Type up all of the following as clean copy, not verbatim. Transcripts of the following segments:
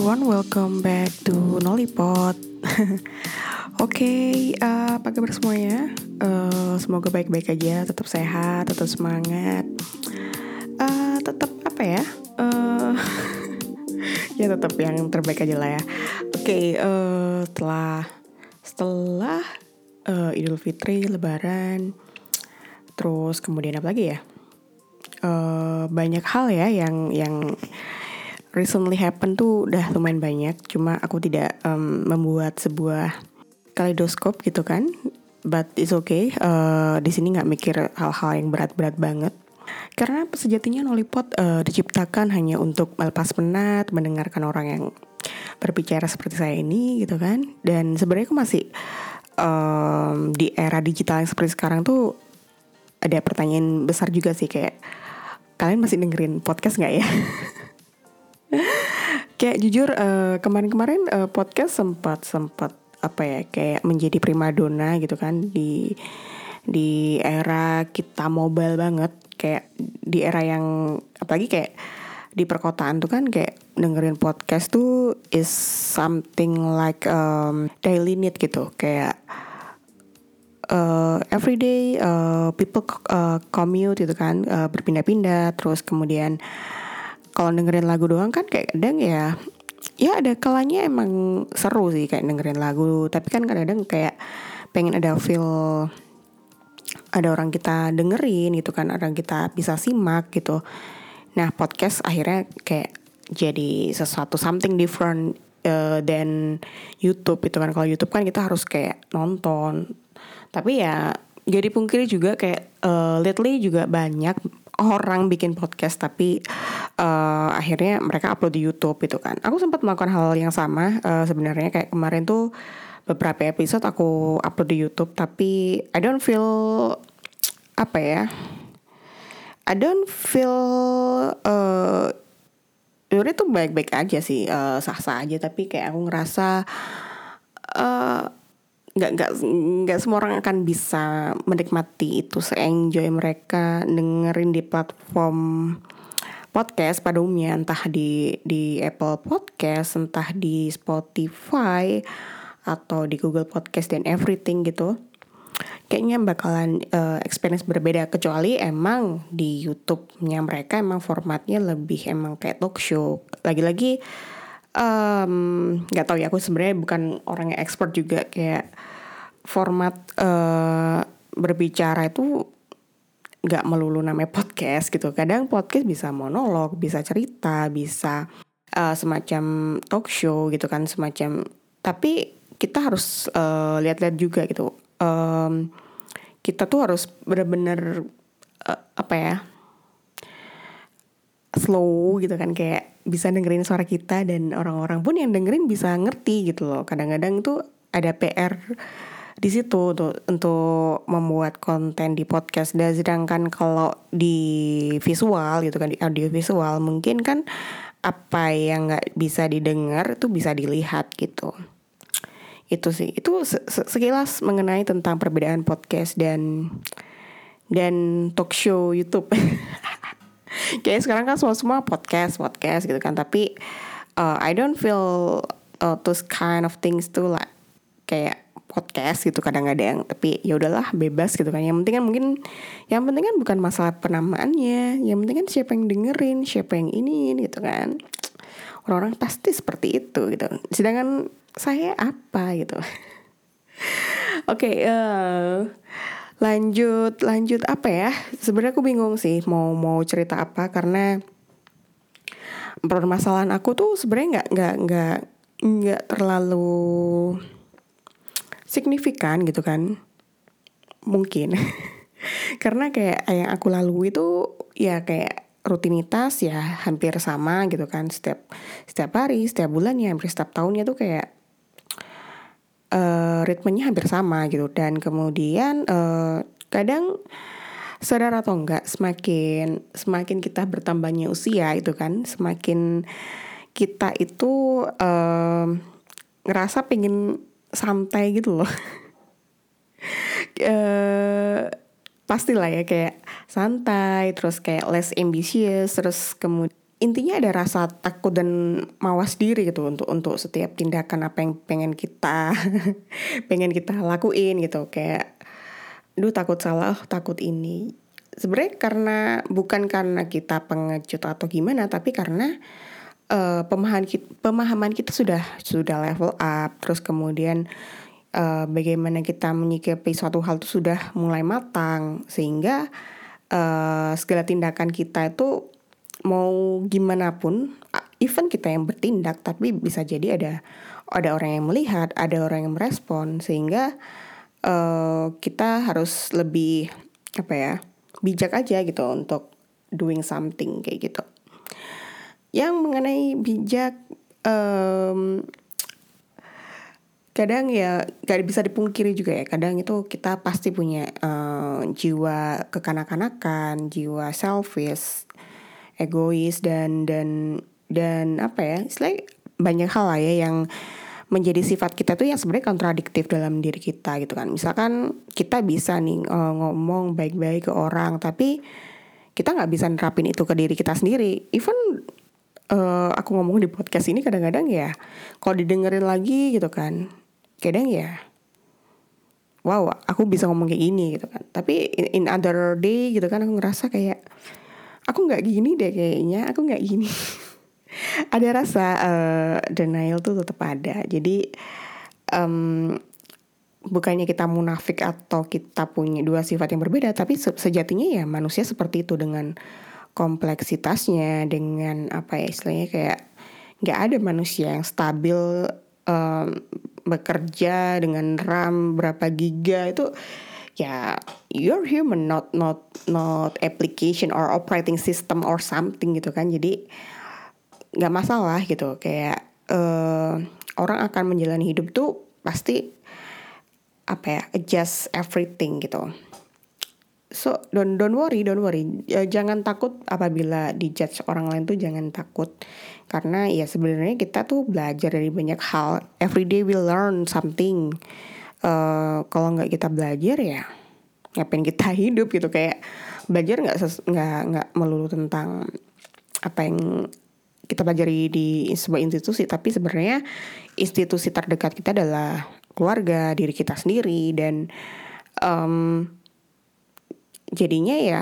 everyone, welcome back to Nollypot. Apa kabar semuanya? Semoga baik-baik aja, tetap sehat, tetap semangat. Tetap apa ya? Ya tetap yang terbaik aja lah ya. Setelah Idul Fitri, Lebaran, terus kemudian apa lagi ya? Banyak hal ya yang recently happen tuh udah lumayan banyak. Cuma aku tidak membuat sebuah kaleidoskop gitu kan. But it's okay. Di sini nggak mikir hal-hal yang berat-berat banget. Karena sejatinya Nollypot diciptakan hanya untuk melepas penat, mendengarkan orang yang berbicara seperti saya ini gitu kan. Dan sebenarnya aku masih di era digital yang seperti sekarang tuh ada pertanyaan besar juga sih, kayak kalian masih dengerin podcast nggak ya? Kayak jujur kemarin-kemarin podcast sempat apa ya, kayak menjadi primadona gitu kan di era kita mobile banget, kayak di era yang apalagi kayak di perkotaan tuh kan kayak dengerin podcast tuh is something like daily need gitu, kayak everyday people commute gitu kan, berpindah-pindah, terus kemudian kalau dengerin lagu doang kan kayak kadang ya ada kalanya emang seru sih kayak dengerin lagu, tapi kan kadang kayak pengen ada feel, ada orang kita dengerin gitu kan, orang kita bisa simak gitu. Nah podcast akhirnya kayak jadi sesuatu something different than YouTube gitu kan. Kalau YouTube kan kita harus kayak nonton, tapi ya jadi pungkiri juga kayak lately juga banyak orang bikin podcast tapi akhirnya mereka upload di YouTube gitu kan. Aku sempat melakukan hal yang sama sebenarnya, kayak kemarin tuh beberapa episode aku upload di YouTube, tapi I don't feel apa ya, I don't feel sebenarnya tuh baik-baik aja sih, sah-sah aja, tapi kayak aku ngerasa nggak semua orang akan bisa menikmati itu se-enjoy mereka dengerin di platform podcast pada umumnya, entah di Apple Podcast, entah di Spotify atau di Google Podcast dan everything gitu. Kayaknya bakalan experience berbeda, kecuali emang di YouTube-nya mereka emang formatnya lebih emang kayak talk show. Lagi-lagi nggak tahu ya, aku sebenarnya bukan orang yang expert juga kayak format berbicara itu nggak melulu namanya podcast gitu. Kadang podcast bisa monolog, bisa cerita, bisa semacam talk show gitu kan, semacam. Tapi kita harus lihat-lihat juga gitu. Kita tuh harus benar-benar apa ya, slow gitu kan, kayak bisa dengerin suara kita dan orang-orang pun yang dengerin bisa ngerti gitu loh. Kadang-kadang tuh ada PR di situ tuh untuk membuat konten di podcast. Dan sedangkan kalau di visual gitu kan, di audio visual mungkin kan apa yang nggak bisa didengar itu bisa dilihat gitu. Itu sih, itu sekilas mengenai tentang perbedaan podcast dan talk show YouTube. Kayak sekarang kan semua podcast gitu kan, tapi I don't feel those kind of things tuh like kayak podcast gitu kadang-kadang. Tapi ya udahlah, bebas gitu kan. Yang penting kan bukan masalah penamaannya, yang penting kan siapa yang dengerin, siapa yang ini gitu kan. Orang-orang pasti seperti itu gitu. Sedangkan saya apa gitu. Oke, lanjut apa ya? Sebenarnya aku bingung sih mau cerita apa, karena permasalahan aku tuh sebenarnya nggak terlalu signifikan gitu kan, mungkin. Karena kayak yang aku lalui itu ya kayak rutinitas ya hampir sama gitu kan, setiap hari, setiap bulannya, hampir setiap tahunnya tuh kayak ritmenya hampir sama gitu. Dan kemudian kadang sadar atau enggak, semakin kita bertambahnya usia itu kan, semakin kita itu ngerasa pengen santai gitu loh. Pastilah ya, kayak santai, terus kayak less ambitious, terus kemudian intinya ada rasa takut dan mawas diri gitu untuk setiap tindakan apa yang pengen kita pengen kita lakuin gitu. Kayak duh, takut salah, takut ini. Sebenarnya bukan karena kita pengecut atau gimana, tapi karena pemahaman kita sudah level up. Terus kemudian bagaimana kita menyikapi suatu hal itu sudah mulai matang, sehingga segala tindakan kita itu mau gimana pun, even kita yang bertindak, tapi bisa jadi ada orang yang melihat, ada orang yang merespon, sehingga kita harus lebih bijak aja gitu untuk doing something kayak gitu. Yang mengenai bijak, kadang ya gak bisa dipungkiri juga ya, kadang itu kita pasti punya jiwa kekanak-kanakan, jiwa selfish, egois, dan apa ya, istilahnya banyak hal lah ya yang menjadi sifat kita tuh yang sebenarnya kontradiktif dalam diri kita gitu kan. Misalkan kita bisa nih ngomong baik-baik ke orang, tapi kita nggak bisa nerapin itu ke diri kita sendiri. Even aku ngomong di podcast ini kadang-kadang ya, kalau didengerin lagi gitu kan, kadang ya, wow, aku bisa ngomong kayak gini gitu kan. Tapi in other day gitu kan, aku ngerasa kayak aku nggak gini deh kayaknya, aku nggak gini. Ada rasa denial tuh tetap ada. Jadi bukannya kita munafik atau kita punya dua sifat yang berbeda, tapi sejatinya ya manusia seperti itu, dengan kompleksitasnya, dengan apa ya istilahnya, kayak nggak ada manusia yang stabil bekerja dengan RAM berapa giga itu. Ya, you're human, not application or operating system or something gitu kan. Jadi nggak masalah gitu. Kayak orang akan menjalani hidup tuh pasti adjust everything gitu. So don't worry. Jangan takut apabila dijudge orang lain tuh, jangan takut. Karena ya sebenarnya kita tuh belajar dari banyak hal. Every day we learn something. Kalau nggak kita belajar ya ngapain kita hidup gitu. Kayak belajar nggak melulu tentang apa yang kita pelajari di sebuah institusi, tapi sebenarnya institusi terdekat kita adalah keluarga, diri kita sendiri. Dan jadinya ya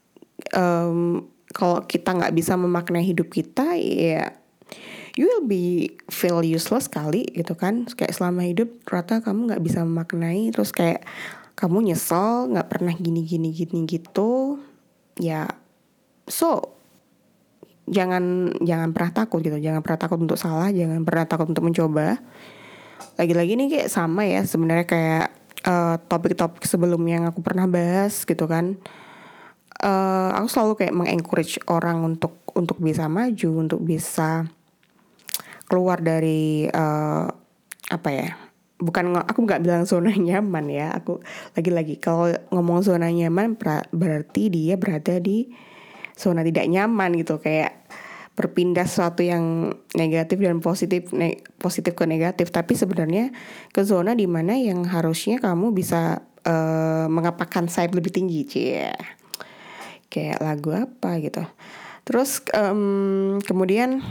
kalau kita nggak bisa memaknai hidup kita, ya you will be feel useless kali gitu kan. Kayak selama hidup ternyata kamu nggak bisa memaknai, terus kayak kamu nyesel nggak pernah gini gitu ya. So jangan pernah takut gitu, jangan pernah takut untuk salah, jangan pernah takut untuk mencoba. Lagi-lagi nih kayak sama ya sebenarnya, kayak topik-topik sebelumnya yang aku pernah bahas gitu kan. Aku selalu kayak mengencourage orang untuk bisa maju, untuk bisa keluar dari aku nggak bilang zona nyaman ya. Aku lagi-lagi kalau ngomong zona nyaman berarti dia berada di zona tidak nyaman gitu, kayak berpindah sesuatu yang negatif dan positif ke negatif, tapi sebenarnya ke zona dimana yang harusnya kamu bisa mengepakkan sayap lebih tinggi, kayak lagu apa gitu. Terus kemudian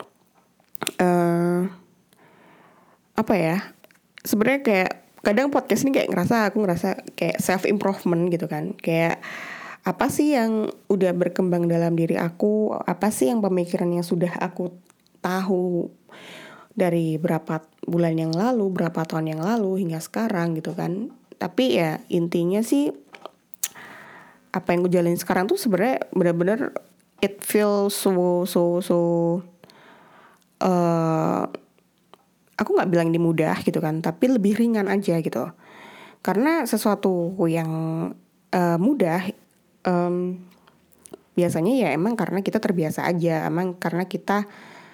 sebenarnya kayak kadang podcast ini kayak aku ngerasa kayak self improvement gitu kan. Kayak apa sih yang udah berkembang dalam diri aku, apa sih yang pemikiran yang sudah aku tahu dari berapa bulan yang lalu, berapa tahun yang lalu hingga sekarang gitu kan. Tapi ya intinya sih apa yang gue jalanin sekarang tuh sebenarnya benar-benar it feels so aku nggak bilang ini mudah gitu kan, tapi lebih ringan aja gitu. Karena sesuatu yang mudah biasanya ya emang karena kita terbiasa aja, emang karena kita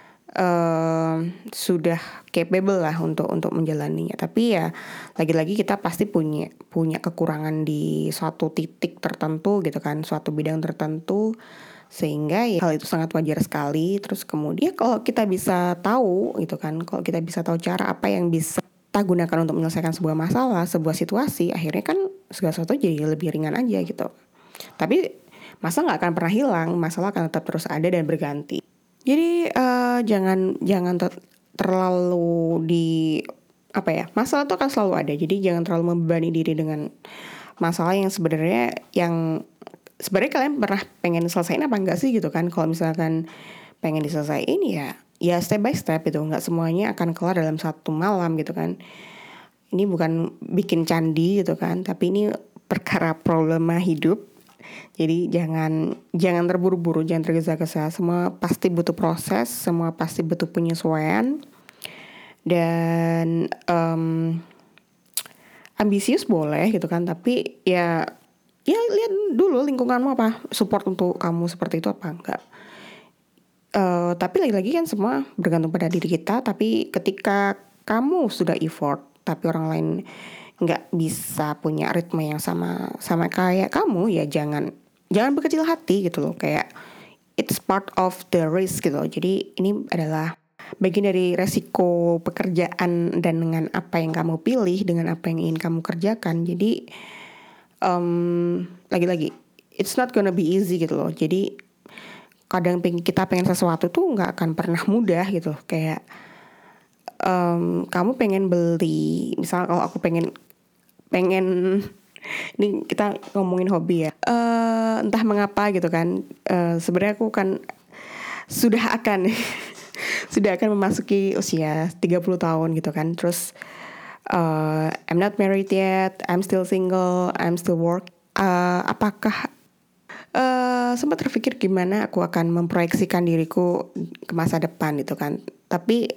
sudah capable lah untuk menjalaninya. Tapi ya lagi-lagi kita pasti punya kekurangan di suatu titik tertentu gitu kan, suatu bidang tertentu, sehingga ya hal itu sangat wajar sekali. Terus kemudian kalau kita bisa tahu gitu kan, kalau kita bisa tahu cara apa yang bisa kita gunakan untuk menyelesaikan sebuah masalah, sebuah situasi, akhirnya kan segala sesuatu jadi lebih ringan aja gitu. Tapi masalah gak akan pernah hilang, masalah akan tetap terus ada dan berganti. Jadi jangan jangan terlalu di apa ya, masalah tuh akan selalu ada. Jadi jangan terlalu membebani diri dengan masalah yang sebenarnya kalian pernah pengen selesaiin apa enggak sih gitu kan. Kalau misalkan pengen diselesaiin ya step by step gitu, nggak semuanya akan kelar dalam satu malam gitu kan. Ini bukan bikin candi gitu kan, tapi ini perkara problema hidup. Jadi jangan terburu-buru, jangan tergesa-gesa. Semua pasti butuh proses, semua pasti butuh penyesuaian. Dan ambisius boleh gitu kan, tapi ya lihat dulu lingkunganmu apa, support untuk kamu seperti itu apa enggak. Tapi lagi-lagi kan semua bergantung pada diri kita. Tapi ketika kamu sudah effort tapi orang lain nggak bisa punya ritme yang sama kayak kamu, ya jangan berkecil hati gitu loh. Kayak it's part of the risk gitu loh. Jadi ini adalah bagian dari resiko pekerjaan dan dengan apa yang kamu pilih, dengan apa yang ingin kamu kerjakan. Jadi lagi-lagi it's not gonna be easy gitu loh. Jadi kadang kita pengen sesuatu tuh nggak akan pernah mudah gitu. Kayak kamu pengen beli, misalnya kalau aku pengen ini kita ngomongin hobi ya, entah mengapa gitu kan, sebenarnya aku kan sudah akan sudah akan memasuki usia 30 tahun gitu kan. Terus I'm not married yet, I'm still single, I'm still work. Apakah sempat terpikir gimana aku akan memproyeksikan diriku ke masa depan gitu kan. Tapi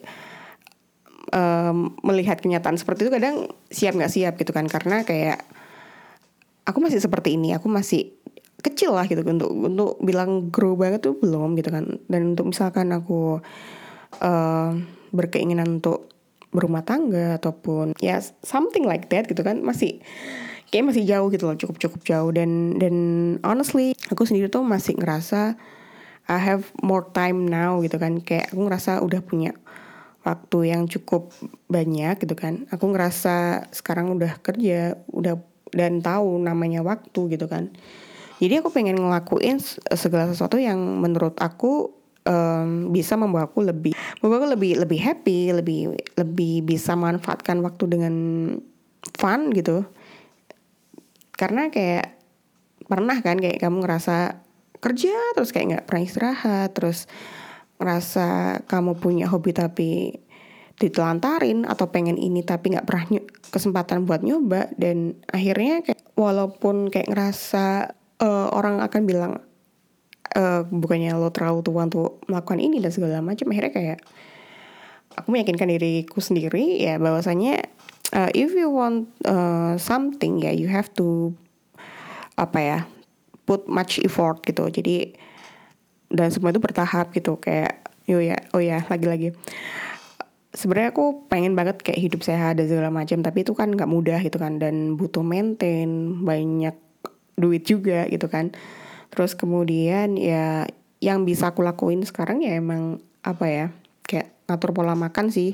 melihat kenyataan seperti itu kadang siap nggak siap gitu kan. Karena kayak aku masih seperti ini, aku masih kecil lah gitu untuk bilang grow banget tuh belum gitu kan. Dan untuk misalkan aku berkeinginan untuk berumah tangga ataupun ya something like that gitu kan, masih jauh gitu loh, cukup jauh. Dan honestly aku sendiri tuh masih ngerasa I have more time now gitu kan. Kayak aku ngerasa udah punya waktu yang cukup banyak gitu kan. Aku ngerasa sekarang udah kerja, udah dan tahu namanya waktu gitu kan. Jadi aku pengen ngelakuin segala sesuatu yang menurut aku bisa membawa aku lebih happy, lebih bisa manfaatkan waktu dengan fun gitu. Karena kayak pernah kan kayak kamu ngerasa kerja terus kayak nggak pernah istirahat, terus ngerasa kamu punya hobi tapi ditelantarin, atau pengen ini tapi nggak pernah kesempatan buat nyoba. Dan akhirnya kayak walaupun kayak ngerasa orang akan bilang bukannya lo terlalu tua untuk melakukan ini dan segala macam, akhirnya kayak aku meyakinkan diriku sendiri ya bahwasanya if you want something ya you have to put much effort gitu. Jadi dan semua itu bertahap gitu. Kayak lagi-lagi sebenarnya aku pengen banget kayak hidup sehat dan segala macam, tapi itu kan nggak mudah gitu kan, dan butuh maintain banyak duit juga gitu kan. Terus kemudian ya yang bisa aku lakuin sekarang ya emang kayak ngatur pola makan sih.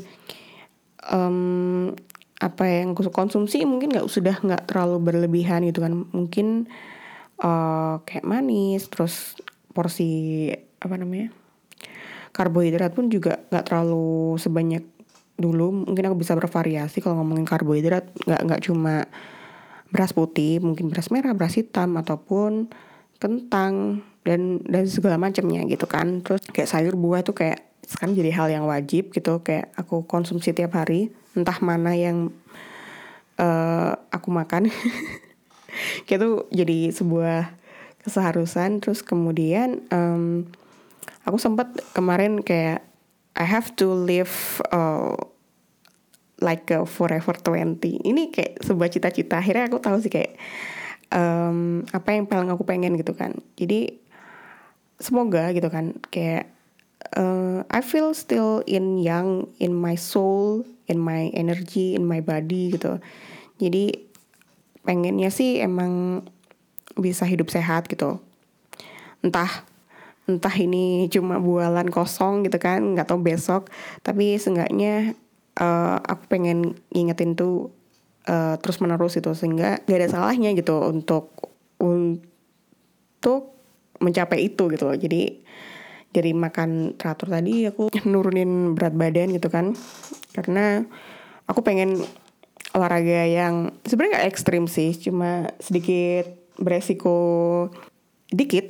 Apa yang aku konsumsi mungkin nggak terlalu berlebihan gitu kan. Mungkin kayak manis, terus porsi karbohidrat pun juga nggak terlalu sebanyak dulu. Mungkin aku bisa bervariasi kalau ngomongin karbohidrat, nggak cuma beras putih, mungkin beras merah, beras hitam, ataupun kentang dan segala macamnya gitu kan. Terus kayak sayur buah tuh kayak sekarang jadi hal yang wajib gitu, kayak aku konsumsi tiap hari, entah mana yang aku makan. Kayak tuh jadi sebuah keseharusan. Terus kemudian aku sempat kemarin kayak I have to live like a forever 20. Ini kayak sebuah cita-cita. Akhirnya aku tahu sih kayak apa yang paling aku pengen gitu kan. Jadi semoga gitu kan, kayak I feel still young in my soul, in my energy, in my body gitu. Jadi pengennya sih emang bisa hidup sehat gitu. Entah ini cuma bualan kosong gitu kan, nggak tahu besok. Tapi seenggaknya aku pengen ngingetin tuh terus menerus itu, sehingga gak ada salahnya gitu untuk mencapai itu gitu loh. Jadi Dari makan teratur tadi aku nurunin berat badan gitu kan. Karena aku pengen olahraga yang sebenarnya gak ekstrim sih, cuma sedikit beresiko dikit.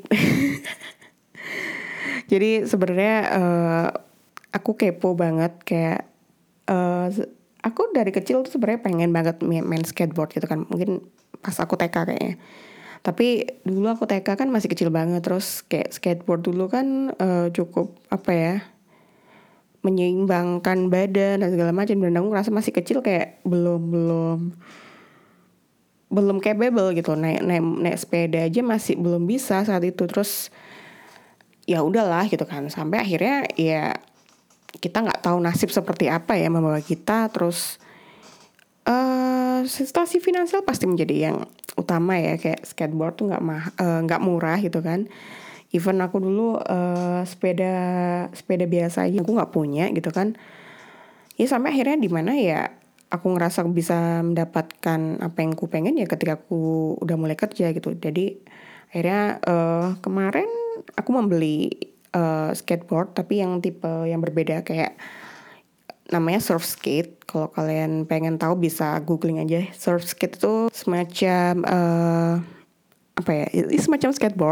Jadi sebenarnya aku kepo banget kayak eh, aku dari kecil tuh sebenarnya pengen banget main skateboard gitu kan. Mungkin pas aku TK kayaknya. Tapi dulu aku TK kan masih kecil banget, terus kayak skateboard dulu kan cukup apa ya, menyeimbangkan badan dan segala macam, dan aku ngerasa masih kecil kayak belum capable gitu, naik sepeda aja masih belum bisa saat itu. Terus ya udahlah gitu kan, sampai akhirnya ya kita nggak tahu nasib seperti apa ya membawa kita. Terus situasi finansial pasti menjadi yang utama ya, kayak skateboard tuh nggak murah gitu kan. Even aku dulu sepeda biasa aja aku nggak punya gitu kan. Ya sampai akhirnya di mana ya aku ngerasa bisa mendapatkan apa yang ku pengen ya ketika aku udah mulai kerja gitu. Jadi akhirnya kemarin aku membeli skateboard tapi yang tipe yang berbeda, kayak namanya surf skate. Kalau kalian pengen tahu bisa googling aja. Surf skate itu semacam apa ya? Ini semacam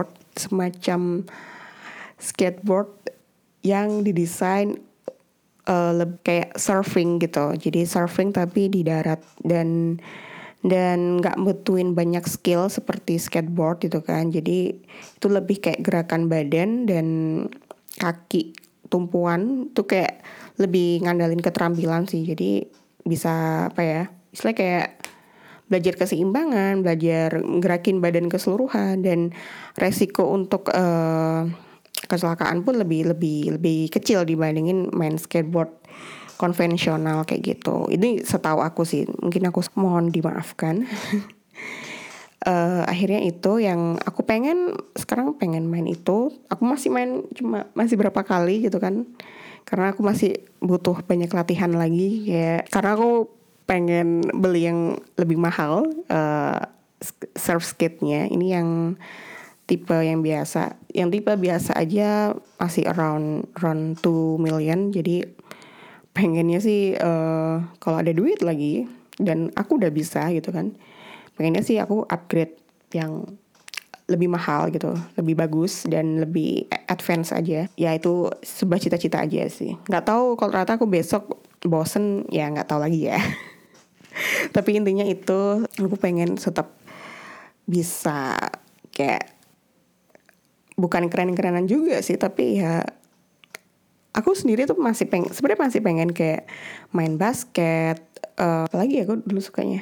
skateboard yang didesain kayak surfing gitu. Jadi surfing tapi di darat, dan nggak butuhin banyak skill seperti skateboard gitu kan. Jadi itu lebih kayak gerakan badan dan kaki tumpuan tuh kayak lebih ngandalin keterampilan sih. Jadi bisa apa ya, istilahnya kayak belajar keseimbangan, belajar gerakin badan keseluruhan, dan resiko untuk kecelakaan pun lebih kecil dibandingin main skateboard konvensional kayak gitu. Ini setahu aku sih, mungkin aku mohon dimaafkan. Akhirnya itu yang aku sekarang pengen main itu. Aku masih main cuma masih berapa kali gitu kan, karena aku masih butuh banyak latihan lagi ya. Karena aku pengen beli yang lebih mahal, surf skate-nya. Ini yang tipe yang biasa. Yang tipe biasa aja masih around 2 million. Jadi pengennya sih kalau ada duit lagi dan aku udah bisa gitu kan, pengennya sih aku upgrade yang lebih mahal gitu, lebih bagus dan lebih advance aja. Ya itu sebuah cita-cita aja sih. Nggak tahu kalau ternyata aku besok bosen, ya nggak tahu lagi ya. Tapi intinya itu aku pengen tetap bisa kayak, bukan keren-kerenan juga sih, tapi ya aku sendiri tuh sebenarnya masih pengen kayak main basket. Apalagi ya aku dulu sukanya.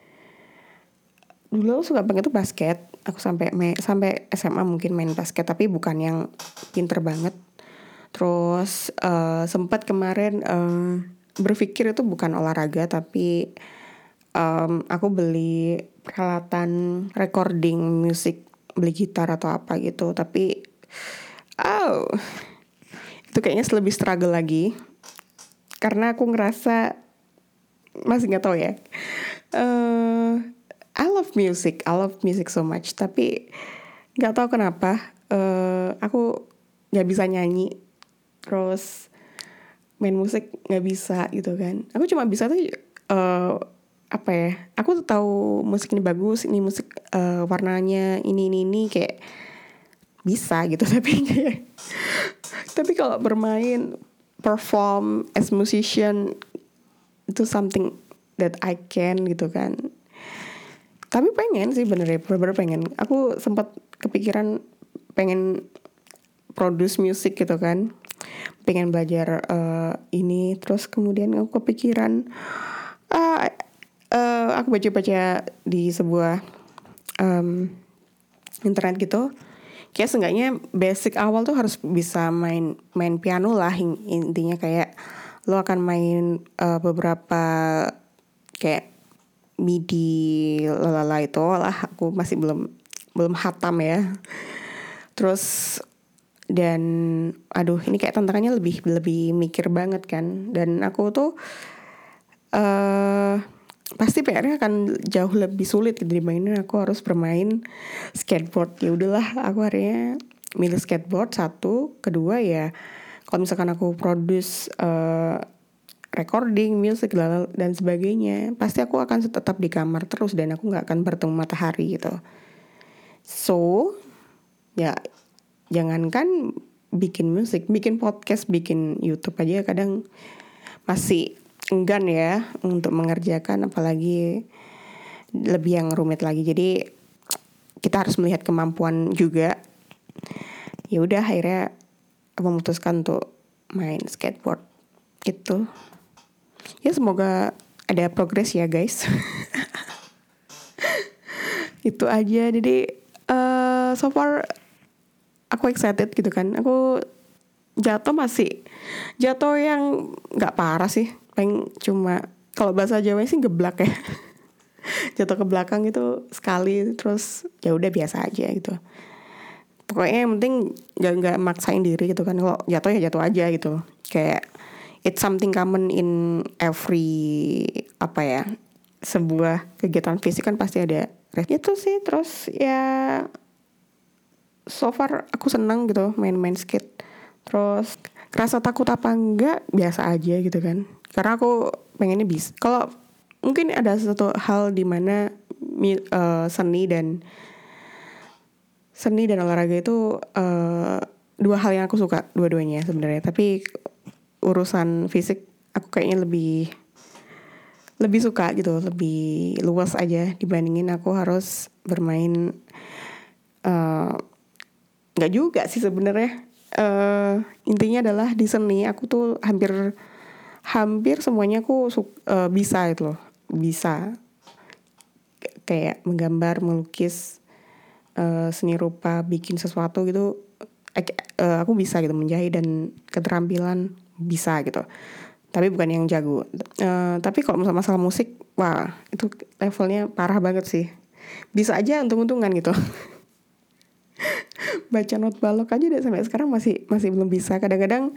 Dulu aku suka banget tuh basket. Aku sampai SMA mungkin main basket, tapi bukan yang pinter banget. Terus sempat kemarin berpikir itu bukan olahraga, tapi aku beli peralatan recording musik, beli gitar atau apa gitu. Tapi itu kayaknya lebih struggle lagi, karena aku ngerasa masih nggak tahu ya. I love music so much, tapi nggak tahu kenapa aku nggak bisa nyanyi, terus main musik nggak bisa gitu kan. Aku cuma bisa tuh apa ya? Aku tuh tahu musik ini bagus, ini musik warnanya ini kayak bisa gitu. Tapi kalau bermain, perform as musician, itu something that I can gitu kan. Tapi pengen sih bener pengen. Aku sempat kepikiran pengen produce music gitu kan. Pengen belajar ini. Terus kemudian aku kepikiran aku baca-baca di sebuah internet gitu. Kayak seenggaknya basic awal tuh harus bisa main piano lah. Intinya kayak lo akan main beberapa kayak MIDI lalala itu lah, aku masih belum hatam ya. Terus dan aduh, ini kayak tantangannya lebih mikir banget kan. Dan aku tuh pasti PR-nya akan jauh lebih sulit gitu dibandingin aku harus bermain skateboard. Ya udahlah, aku akhirnya milih skateboard satu, kedua ya kalau misalkan aku produce recording, music dan sebagainya, pasti aku akan tetap di kamar terus dan aku nggak akan bertemu matahari gitu. So ya jangankan bikin musik, bikin podcast, bikin YouTube aja kadang masih enggan ya untuk mengerjakan, apalagi lebih yang rumit lagi. Jadi kita harus melihat kemampuan juga. Ya udah akhirnya memutuskan untuk main skateboard gitu. Ya semoga ada progres ya guys. Itu aja. Jadi so far aku excited gitu kan. Aku jatuh yang nggak parah sih. Paling cuma kalau bahasa Jawa sih geblak ya. Jatuh ke belakang itu sekali, terus ya udah biasa aja gitu. Pokoknya yang penting nggak maksain diri gitu kan. Kalau jatuh ya jatuh aja gitu. Kayak it's something common in every sebuah kegiatan fisik kan pasti ada. Itu sih. Terus ya so far aku senang gitu main-main skate. Terus kerasa takut apa enggak biasa aja gitu kan. Karena aku pengennya bisa. Kalau mungkin ada satu hal di mana seni dan olahraga itu dua hal yang aku suka dua-duanya sebenarnya. Tapi urusan fisik aku kayaknya lebih suka gitu, lebih luas aja dibandingin aku harus bermain. Nggak juga sih sebenarnya. Intinya adalah di seni aku tuh hampir semuanya aku bisa itu loh, bisa kayak menggambar, melukis, seni rupa, bikin sesuatu gitu. Aku bisa gitu, menjahit dan keterampilan bisa gitu. Tapi bukan yang jago. Tapi kalau masalah musik, wah itu levelnya parah banget sih. Bisa aja untung-untungan gitu. Baca not balok aja deh sampai sekarang masih belum bisa. Kadang-kadang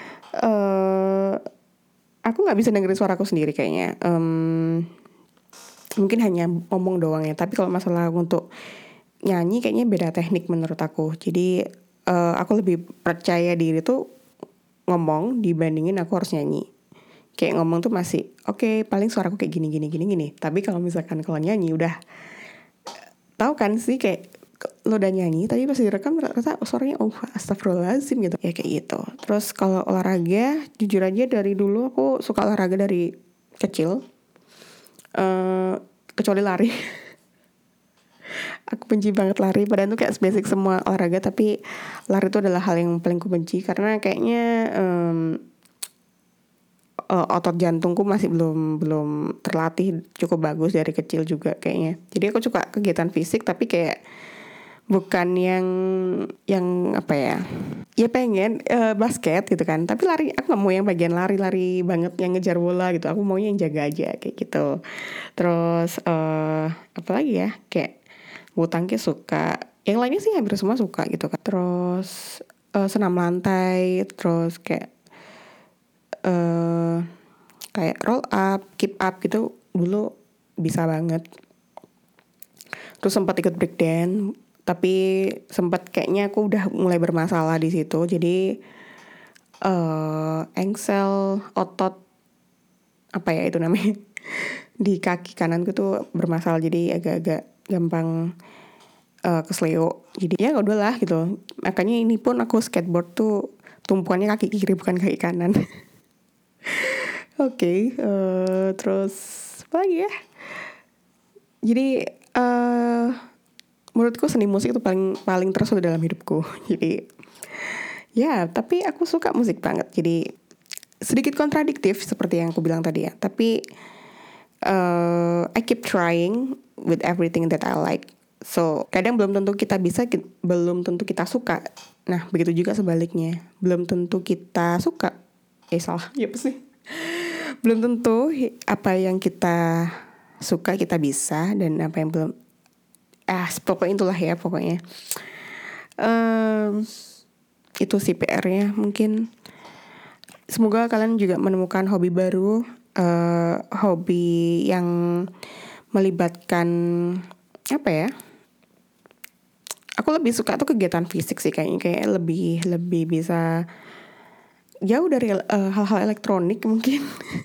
aku nggak bisa dengerin suaraku sendiri kayaknya. Mungkin hanya ngomong doang ya. Tapi kalau masalah untuk nyanyi kayaknya beda teknik menurut aku. Jadi aku lebih percaya diri tuh ngomong dibandingin aku harus nyanyi. Kayak ngomong tuh masih oke, paling suaraku kayak gini. Tapi kalau misalkan kalau nyanyi udah tahu kan sih, kayak lo udah nyanyi tapi pas direkam ternyata suaranya astagfirullahaladzim gitu ya, kayak gitu. Terus kalau olahraga, jujur aja dari dulu aku suka olahraga dari kecil, kecuali lari. Aku benci banget lari, padahal itu kayak basic semua olahraga, tapi lari itu adalah hal yang paling ku benci karena kayaknya otot jantungku masih belum terlatih cukup bagus dari kecil juga kayaknya. Jadi aku suka kegiatan fisik tapi kayak bukan yang apa ya? Ya pengen basket gitu kan. Tapi lari aku nggak mau yang bagian lari banget yang ngejar bola gitu. Aku maunya yang jaga aja kayak gitu. Terus apa lagi ya? Kayak bulu tangkis suka. Yang lainnya sih hampir semua suka gitu kan. Terus senam lantai, terus kayak roll up, keep up gitu dulu bisa banget. Terus sempat ikut break dance, tapi sempat kayaknya aku udah mulai bermasalah di situ. Jadi engsel, otot apa ya itu namanya di kaki kananku tuh bermasalah, jadi agak-agak gampang kesleo. Jadi ya udah lah gitu. Makanya ini pun aku skateboard tuh tumpuannya kaki kiri bukan kaki kanan. Oke, terus apa lagi ya? Jadi menurutku seni musik itu paling tersulit dalam hidupku. Jadi ya, tapi aku suka musik banget. Jadi sedikit kontradiktif seperti yang aku bilang tadi ya. Tapi I keep trying with everything that I like. So kadang belum tentu kita bisa, belum tentu kita suka. Nah begitu juga sebaliknya, belum tentu kita suka. Salah, ya apa sih? Belum tentu apa yang kita suka kita bisa, dan apa yang belum pokoknya itulah ya pokoknya. Itu sih PR-nya mungkin. Semoga kalian juga menemukan hobi baru, hobi yang melibatkan apa ya? aku lebih suka tuh kegiatan fisik sih kayaknya, kayak lebih bisa jauh dari hal-hal elektronik mungkin.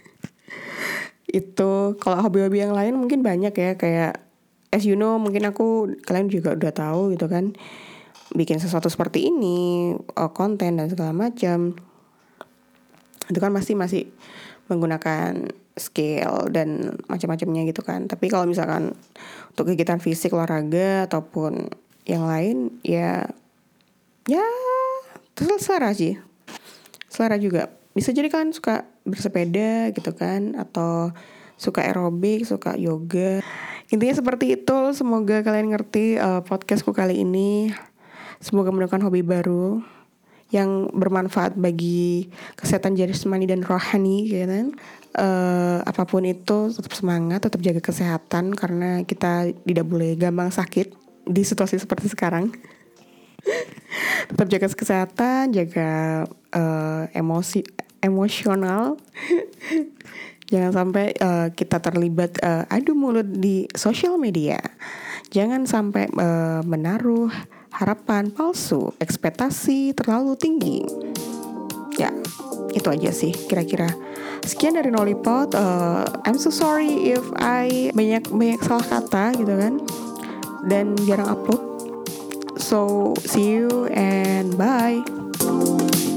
Itu kalau hobi-hobi yang lain mungkin banyak ya, kayak as you know, mungkin kalian juga udah tahu gitu kan, bikin sesuatu seperti ini, konten dan segala macam. Itu kan masih menggunakan skill dan macam-macamnya gitu kan. Tapi kalau misalkan untuk kegiatan fisik, olahraga ataupun yang lain, ya terserah sih. Selera juga. Bisa jadi kalian suka bersepeda gitu kan, atau suka aerobik, suka yoga. Intinya seperti itu. Semoga kalian ngerti podcastku kali ini. Semoga menemukan hobi baru yang bermanfaat bagi kesehatan jasmani dan rohani, gitu kan. Apapun itu, tetap semangat, tetap jaga kesehatan, karena kita tidak boleh gampang sakit di situasi seperti sekarang. Tetap jaga kesehatan, jaga emosional. Jangan sampai kita terlibat adu mulut di sosial media. Jangan sampai menaruh harapan palsu, ekspektasi terlalu tinggi. Ya, itu aja sih kira-kira. Sekian dari Nollypod. I'm so sorry if I banyak salah kata gitu kan, dan jarang upload. So see you and bye.